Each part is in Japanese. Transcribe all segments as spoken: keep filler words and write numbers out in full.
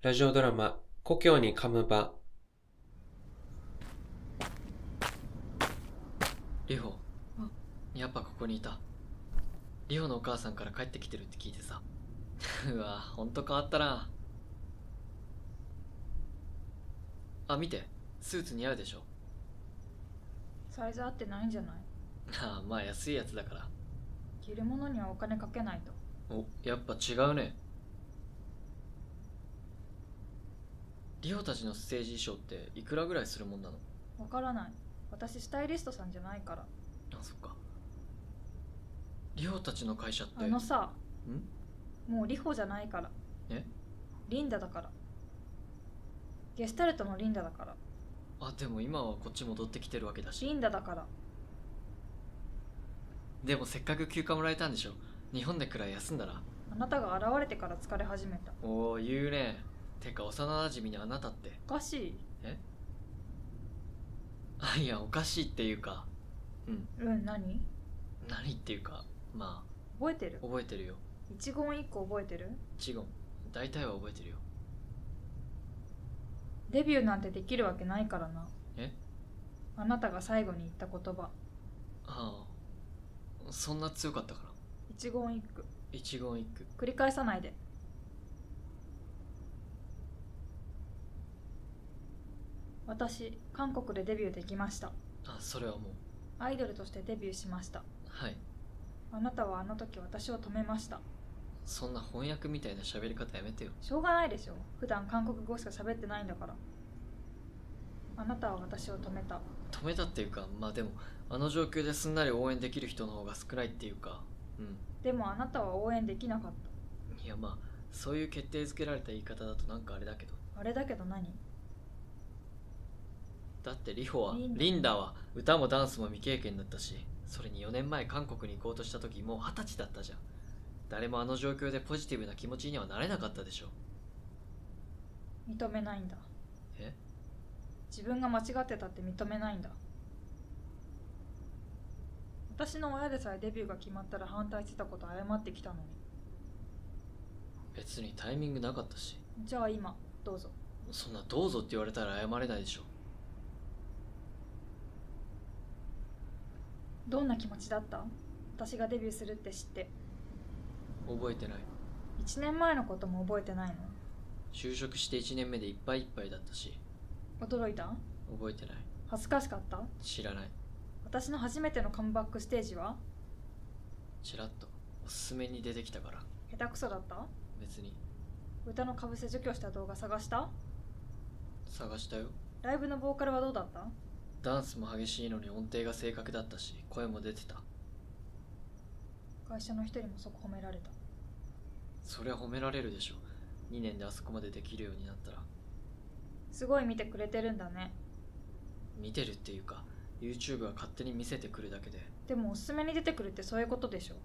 ラジオドラマ「故郷にカムバ」。 リホ、やっぱここにいた。リホのお母さんから帰ってきてるって聞いてさ。うわ、ほんと変わったな。あ、見て、スーツ似合うでしょ。 サイズ合ってないんじゃない？ ああ、まあ安いやつだから。 着るものにはお金かけないと。 お、やっぱ違うね。リホたちのステージ衣装っていくらぐらいするもんなの？ わからない。私スタイリストさんじゃないから。 あ、そっか。リホたちの会社って。 あのさ、 んもうリホじゃないから。 えリンダだから。ゲスタルトのリンダだから。 あ、でも今はこっち戻ってきてるわけだし。 リンダだから。 でもせっかく休暇もらえたんでしょ。日本でくらい休んだら。 あなたが現れてから疲れ始めた。 おお、言うね。てか幼馴染にあなたって。 おかしい？ えあ、いや、おかしいっていうか。うんうん何？ 何っていうか、ま覚えてる？ あ覚えてるよ。 一言一個覚えてる？ チゴン、大体は覚えてるよ。 デビューなんてできるわけないからな。 えあなたが最後に言った言葉。 ああ、そんな強かったから。 一言一句一言一句。 繰り返さないで。私、韓国でデビューできました。 あ、それはもう。 アイドルとしてデビューしました。 はい。 あなたはあの時私を止めました。 そんな翻訳みたいな喋り方やめてよ。 しょうがないでしょ。普段韓国語しか喋ってないんだから。あなたは私を止めた。 止めたっていうか、まあでもあの状況ですんなり応援できる人の方が少ないっていうか。うん。 でもあなたは応援できなかった。 いや、まあそういう決定づけられた言い方だとなんかあれだけど。 あれだけど何？ だってリホはリンダリンダは歌もダンスも未経験だったし、それによねんまえ韓国に行こうとした時もう二十歳だったじゃん。誰もあの状況でポジティブな気持ちにはなれなかったでしょ。 認めないんだ。 え自分が間違ってたって認めないんだ。私の親でさえデビューが決まったら反対してたこと謝ってきたのに。 別にタイミングなかったし。 じゃあ今どうぞ。 そんなどうぞって言われたら謝れないでしょ。 どんな気持ちだった？私がデビューするって知って。 覚えてない。 いちねんまえのことも覚えてないの？ 就職していちねんめでいっぱいいっぱいだったし。 驚いた？ 覚えてない。 恥ずかしかった？ 知らない。 私の初めてのカムバックステージは？ ちらっとおすすめに出てきたから。 下手くそだった？ 別に。 歌のかぶせ除去した動画探した？ 探したよ。 ライブのボーカルはどうだった？ ダンスも激しいのに音程が正確だったし、声も出てた。 会社の人にもそこ褒められた。 そりゃ褒められるでしょ。にねんであそこまでできるようになったら。 すごい見てくれてるんだね。 見てるっていうか YouTube が勝手に見せてくるだけで。 でもおすすめに出てくるってそういうことでしょ。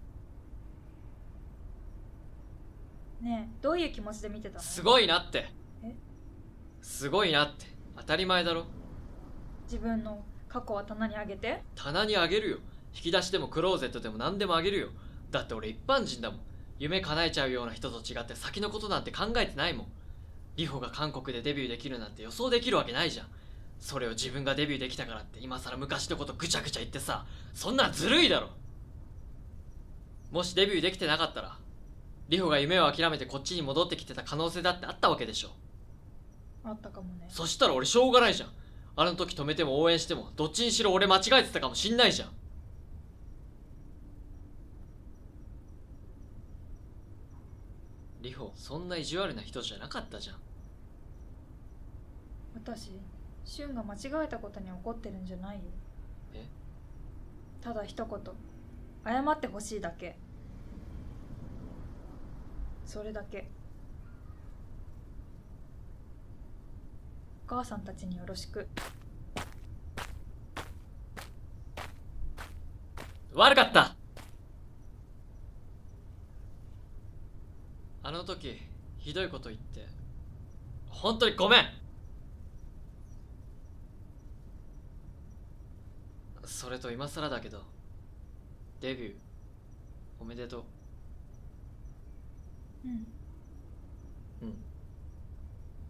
ねえ、どういう気持ちで見てたの？ すごいなって。 え？ すごいなって当たり前だろ。 自分の過去は棚にあげて。 棚にあげるよ。引き出しでもクローゼットでも何でもあげるよ。だって俺一般人だもん。夢叶えちゃうような人と違って先のことなんて考えてないもん。リホが韓国でデビューできるなんて予想できるわけないじゃん。それを自分がデビューできたからって今更昔のことぐちゃぐちゃ言ってさ、そんなんずるいだろ。もしデビューできてなかったらリホが夢を諦めてこっちに戻ってきてた可能性だってあったわけでしょ。 あったかもね。 そしたら俺しょうがないじゃん。あの時止めても応援してもどっちにしろ俺間違えてたかもしんないじゃん。リホ、そんな意地悪な人じゃなかったじゃん。 私、シュンが間違えたことに怒ってるんじゃないよ。 えただ一言謝ってほしいだけ。それだけ。お母さんたちによろしく。 悪かった。あの時ひどいこと言って本当にごめん。それと今更だけどデビューおめでとう。 うん。 うん。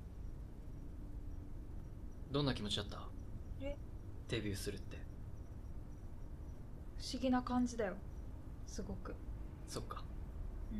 どんな気持ちだった？ えデビューするって。 不思議な感じだよ、すごく。 そっか。 うん。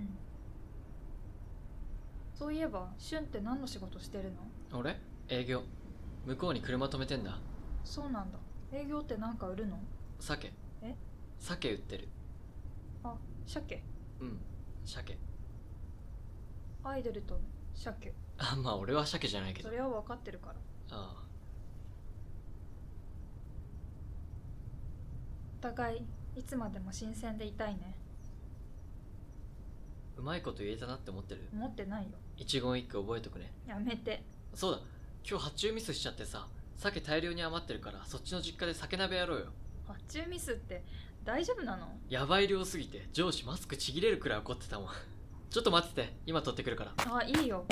そういえばシュンって何の仕事してるの？ 俺営業。向こうに車止めてんだ。 そうなんだ。営業って何か売るの？ 鮭。 え鮭売ってる。 あ、鮭。 うん鮭。 アイドルと鮭。 あ、まあ俺は鮭じゃないけど。 それは分かってるから。 ああ。 お互いいつまでも新鮮でいたいね。 うまいこと言えたなって思ってる？ 思ってないよ。 一言一句覚えとくね。 やめて。 そうだ、今日発注ミスしちゃってさ、鮭大量に余ってるからそっちの実家で鮭鍋やろうよ。 発注ミスって大丈夫なの？ やばい量すぎて上司マスクちぎれるくらい怒ってたもん。ちょっと待ってて、今取ってくるから。 あ、いいよ。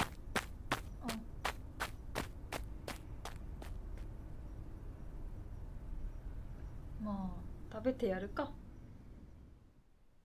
まあ食べてやるか。